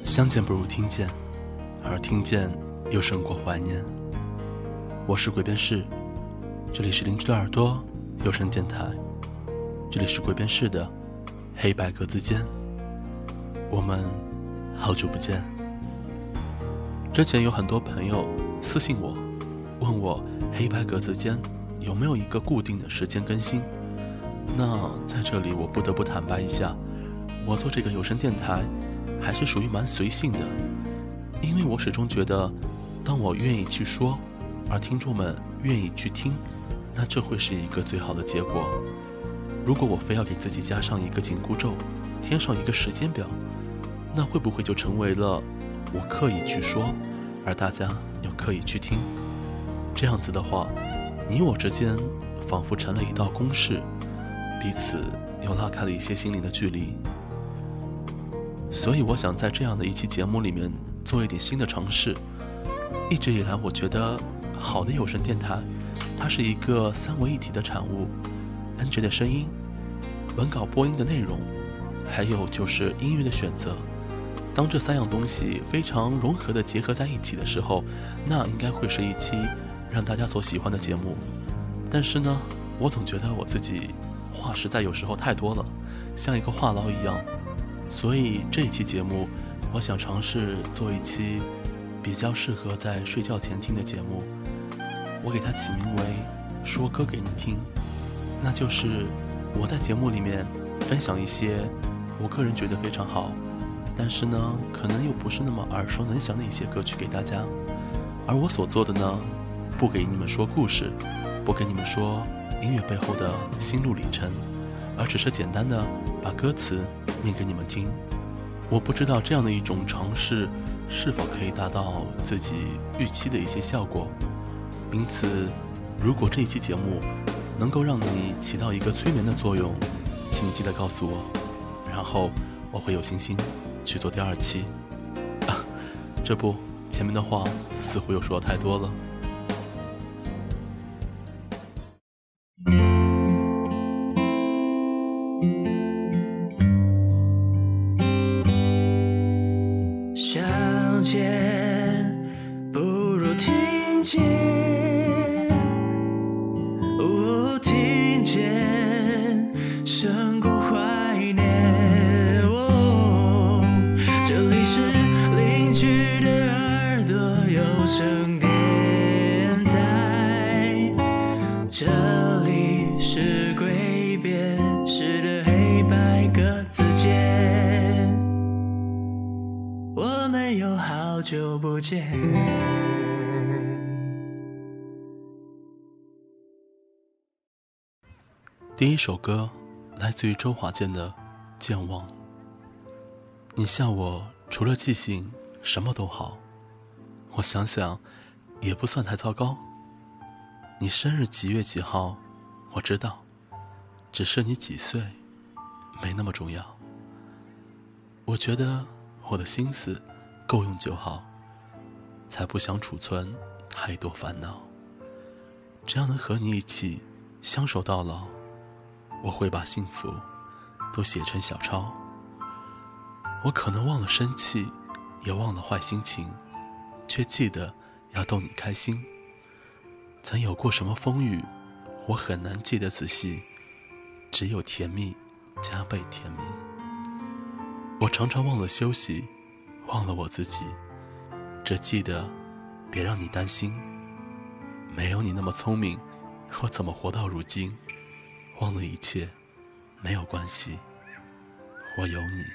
相见不如听见，而听见又胜过怀念。我是鬼边士，这里是邻居的耳朵有声电台，这里是鬼边士的黑白格子间。我们好久不见。之前有很多朋友私信我，问我黑白格子间有没有一个固定的时间更新。那在这里我不得不坦白一下，我做这个有声电台还是属于蛮随性的，因为我始终觉得，当我愿意去说，而听众们愿意去听，那这会是一个最好的结果。如果我非要给自己加上一个紧箍咒，添上一个时间表，那会不会就成为了我刻意去说，而大家要刻意去听？这样子的话，你我之间仿佛成了一道公式，彼此又拉开了一些心灵的距离。所以我想在这样的一期节目里面做一点新的尝试。一直以来我觉得好的有声电台，它是一个三位一体的产物， NJ 的声音，文稿播音的内容，还有就是音乐的选择。当这三样东西非常融合的结合在一起的时候，那应该会是一期让大家所喜欢的节目。但是呢，我总觉得我自己话实在有时候太多了，像一个话痨一样。所以这一期节目，我想尝试做一期比较适合在睡觉前听的节目。我给它起名为说歌给你听，那就是我在节目里面分享一些我个人觉得非常好，但是呢可能又不是那么耳熟能详的一些歌曲给大家。而我所做的呢，不给你们说故事，不给你们说音乐背后的心路历程，而只是简单的把歌词念给你们听。我不知道这样的一种尝试是否可以达到自己预期的一些效果，因此如果这一期节目能够让你起到一个催眠的作用，请你记得告诉我，然后我会有信心去做第二期。这不，前面的话似乎又说太多了。 相见不如听见，听见胜过怀念。这里是邻居的耳朵有声电台，这里是鬼边士的黑白格子间，我们有好久不见。 第一首歌来自于周华健的《健忘》。你笑我除了记性什么都好，我想想也不算太糟糕。你生日几月几号我知道，只是你几岁没那么重要。我觉得我的心思够用就好，才不想储存太多烦恼。只要能和你一起相守到老，我会把幸福都写成小抄。我可能忘了生气，也忘了坏心情，却记得要逗你开心。曾有过什么风雨，我很难记得仔细，只有甜蜜加倍甜蜜。我常常忘了休息，忘了我自己，只记得别让你担心。没有你那么聪明，我怎么活到如今？忘了一切没有关系，我有你。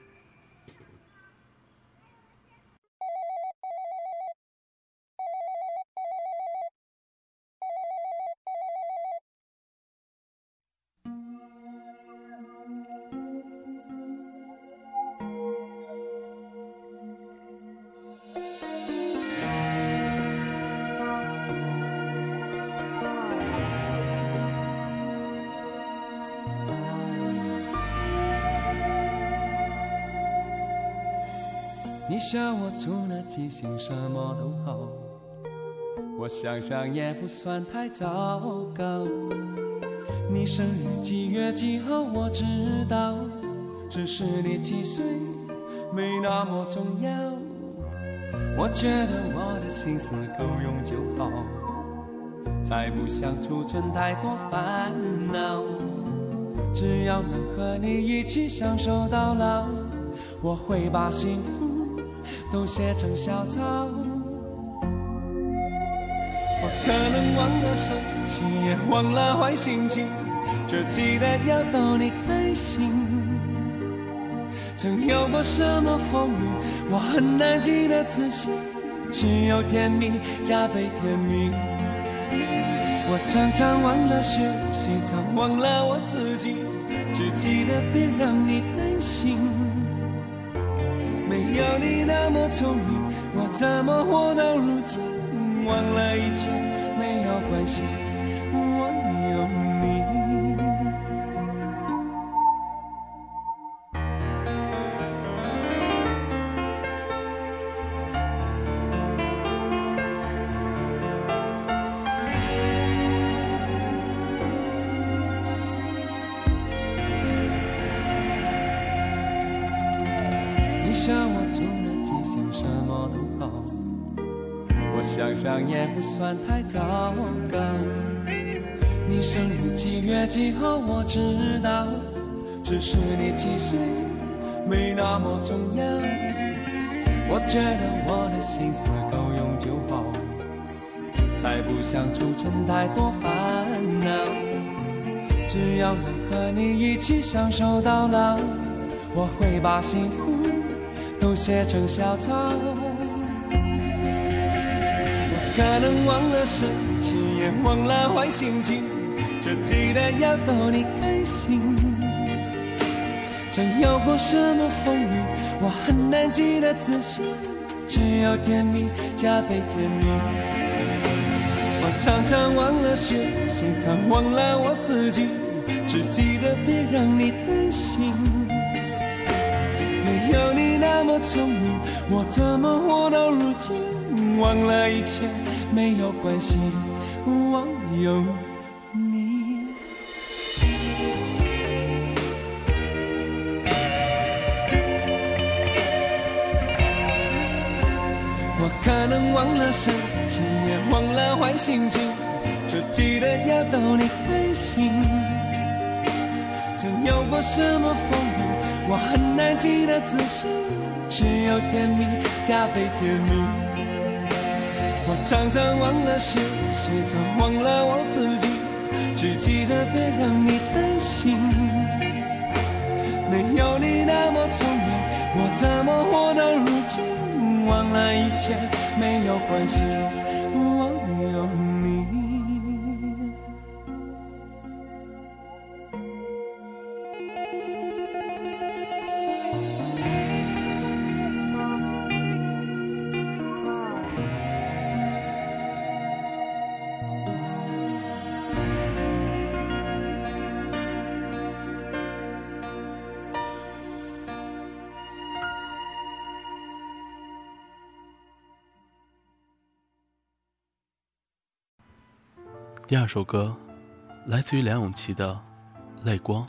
你笑我除了记性什么都好，我想想也不算太糟糕。你生日几月几号我知道，只是你几岁没那么重要。我觉得我的心思够用就好，才不想储存太多烦恼。只要能和你一起享受到老，我会把幸福都写成小抄。我可能忘了生气，也忘了坏心情，只记得要逗你开心。曾有过什么风雨，我很难记得仔细，只有甜蜜加倍甜蜜。我常常忘了学习，常忘了我自己，只记得别让你担心。没有你那么聪明，我怎么活到如今？忘了一切没有关系，我有你。你想我除了记性什么都好，我想想也不算太糟糕。你生日几月几号我知道，只是你几岁没那么重要。我觉得我的心思够用就好，才不想储存太多烦恼。只要能和你一起享受到老，我会把幸福都写成小抄。我可能忘了生气，也忘了坏心情，只记得要逗你开心。曾有过什么风雨，我很难记得仔细，只有甜蜜加倍甜蜜。我常常忘了学习，常忘了我自己，只记得别让你担心。没有你那么聪明，我怎么活到如今？忘了一切没有关系，我有你。我可能忘了生气，也忘了坏心情，只记得要逗你开心。曾有过什么风雨，我很难记得仔细，只有甜蜜加倍甜蜜。我常常忘了学习，常忘了我自己，只记得别让你担心。没有你那么聪明，我怎么活到如今？忘了一切没有关系，我有你。 第二首歌来自于梁咏琪的《泪光》。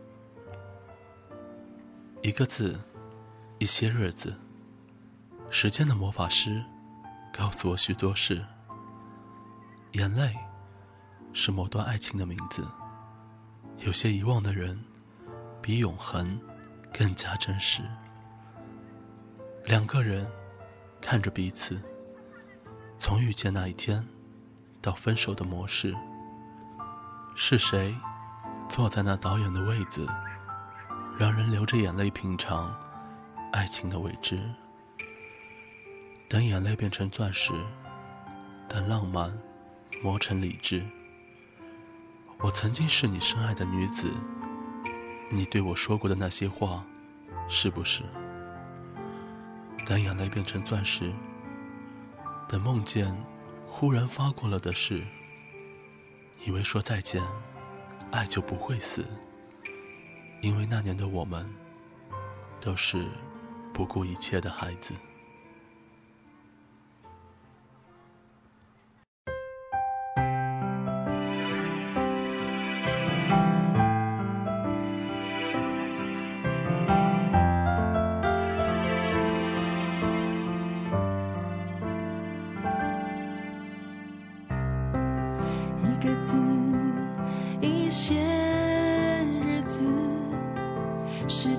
一个字，一些日子，时间的魔法师告诉我许多事。眼泪是某段爱情的名字，有些遗忘的人比永恒更加真实。两个人看着彼此，从遇见那一天到分手的模式，是谁坐在那导演的位子，让人流着眼泪品尝爱情的未知。等眼泪变成钻石，等浪漫磨成理智。我曾经是你深爱的女子，你对我说过的那些话，是不是？等眼泪变成钻石，等梦见忽然发过了的事，以为说再见，爱就不会死，因为那年的我们都是不顾一切的孩子。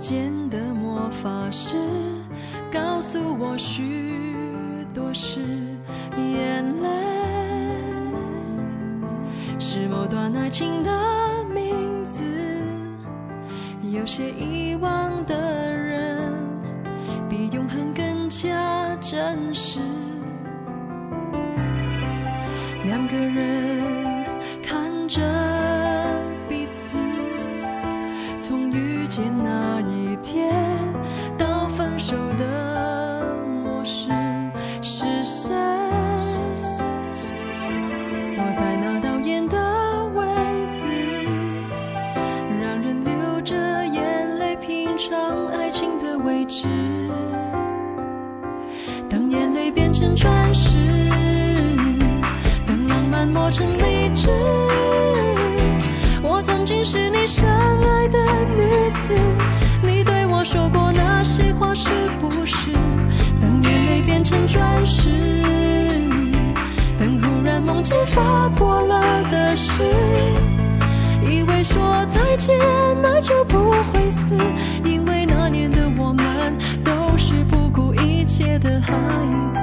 间的魔法师告诉我许多事，眼泪是某段爱情的名字，有些遗忘的人比永恒更加真实。两个人看着彼此，从遇见那一天到分手的模式是谁？坐在那导演的位子，让人流着眼泪品尝爱情的未知。当眼泪变成钻石，当浪漫磨成理智，我曾经是你深爱的女子，你对我说过那些话是不是？当眼泪变成钻石，当忽然梦见发过了的事，以为说再见爱就不会死，因为那年的我们都是不顾一切的孩子。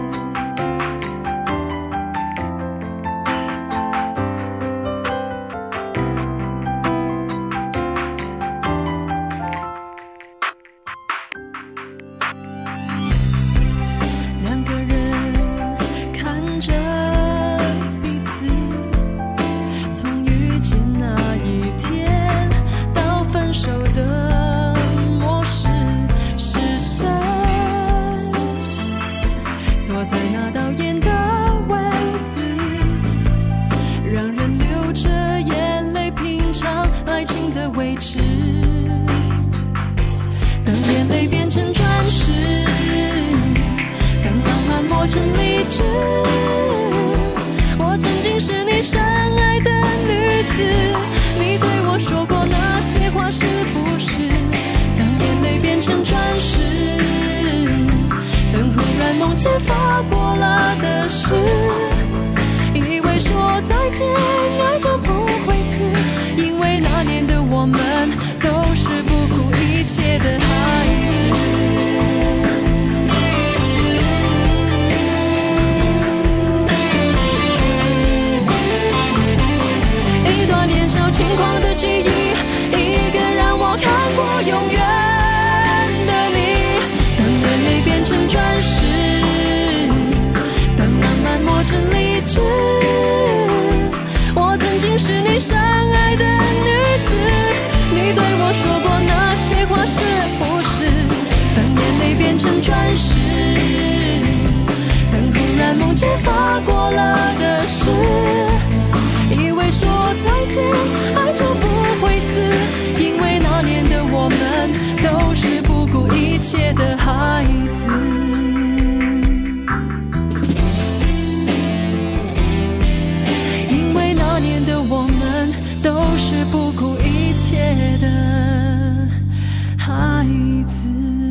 我曾经是你深爱的女子，你对我说过那些话是不是？当眼泪变成钻石，当忽然梦见发过了的事，以为说再见爱就不会死，因为那年的我们都是不顾一切的孩子。轻狂的记忆，一个让我看过永远的你。当眼泪变成钻石，当浪漫磨成理智，我曾经是你深爱的女子，你对我说过那些话是不是？当眼泪变成钻石，当忽然梦见发过了的事，以为说再见爱就不会死，因为那年的我们都是不顾一切的孩子。因为那年的我们都是不顾一切的孩子。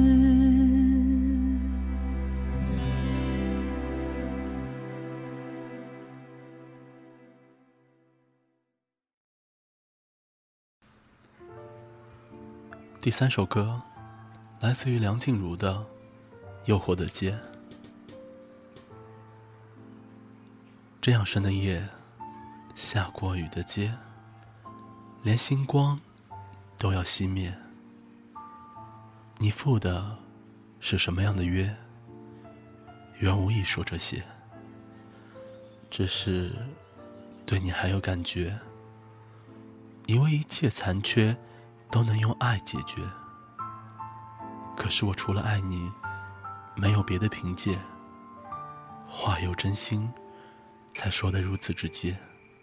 第三首歌来自于梁静茹的《诱惑的街》。这样深的夜，下过雨的街，连星光都要熄灭。你赴的是什么样的约？原无意说这些，只是对你还有感觉，以为一切残缺都能用爱解决。可是我除了爱你，没有别的凭借，话有真心，才说得如此直接。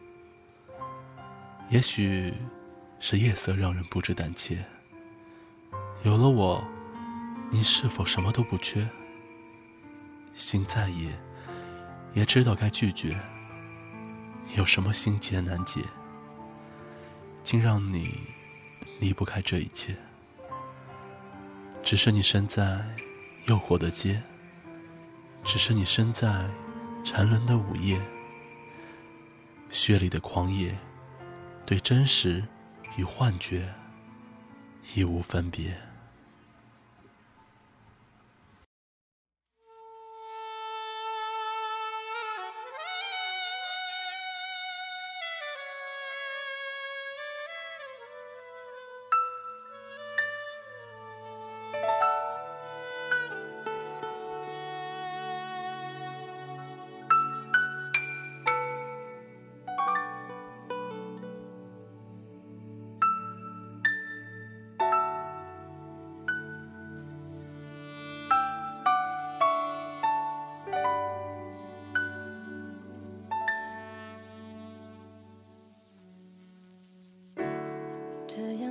也许是夜色让人不知胆怯，有了我，你是否什么都不缺？心再野，也知道该拒绝。有什么心结难解，竟让你离不开这一切？只是你身在诱惑的街，只是你身在缠人的午夜，血里的狂野，对真实与幻觉已无分别。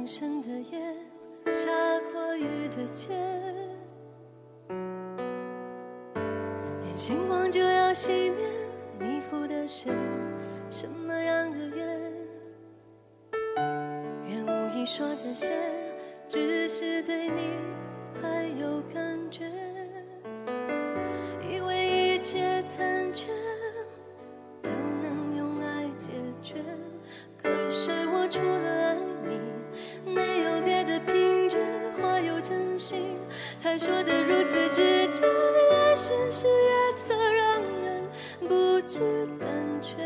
阳升的夜，下过雨的街，连星光就要熄灭，你赴的是什么样的愿？愿无意说这些，只是对你还有感觉，以为一切残缺都能用爱解决，可是我除了爱你，没有别的凭据，话有真心，才说得如此直接，也许是夜色让人不知感觉。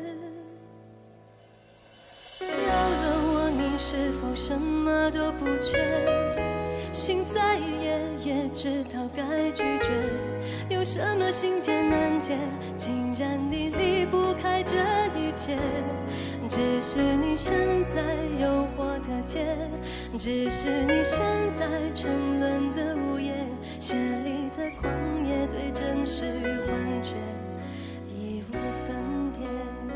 要问我你是否什么都不缺，心再野也知道该拒绝，有什么心结难解，竟然你离不开这一切，只是你身在诱惑的街，只是你身在沉沦的午夜，绚丽的狂野对真实幻觉已无分别。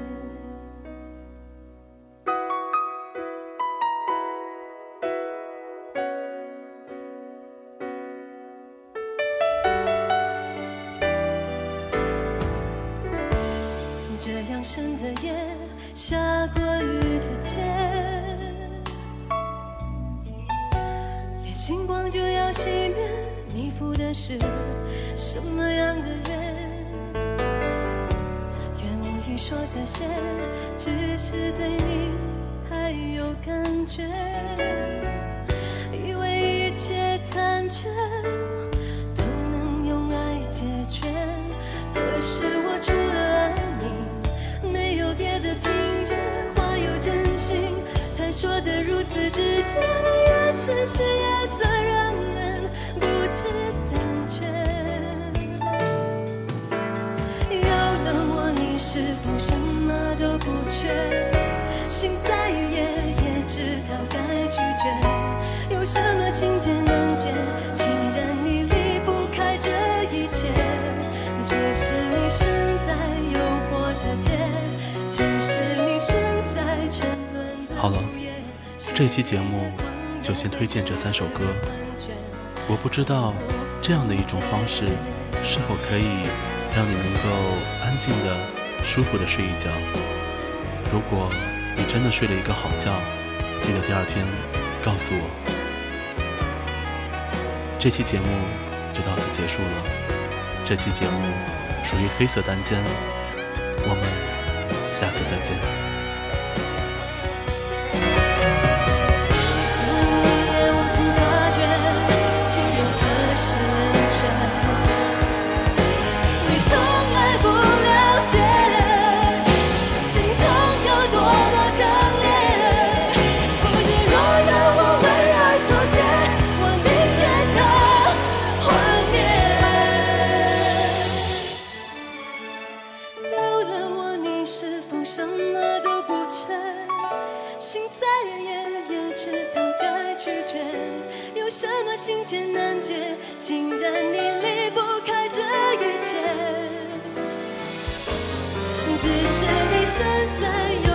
这样深的夜，下过雨的街，连星光就要熄灭，你赴的是什么样的愿？愿无意说这些，只是对你还有感觉，以为一切残缺都能用爱解决，可是我除了爱你，没有别的凭借，话有真心，才说得如此直接，也许是夜色让人不知胆怯。要问我你是否什么都不缺，心再野也知道该拒绝，有什么心结难解，竟然你离不开这一切，只是你身在诱惑的街，只是你身在沉沦的好了，这期节目就先推荐这3首歌。我不知道这样的一种方式是否可以让你能够安静的舒服的睡一觉。如果你真的睡了一个好觉，记得第2天告诉我。这期节目就到此结束了，这期节目属于黑色单间，我们下次再见。 心结难解，竟然你离不开这一切，只是你身在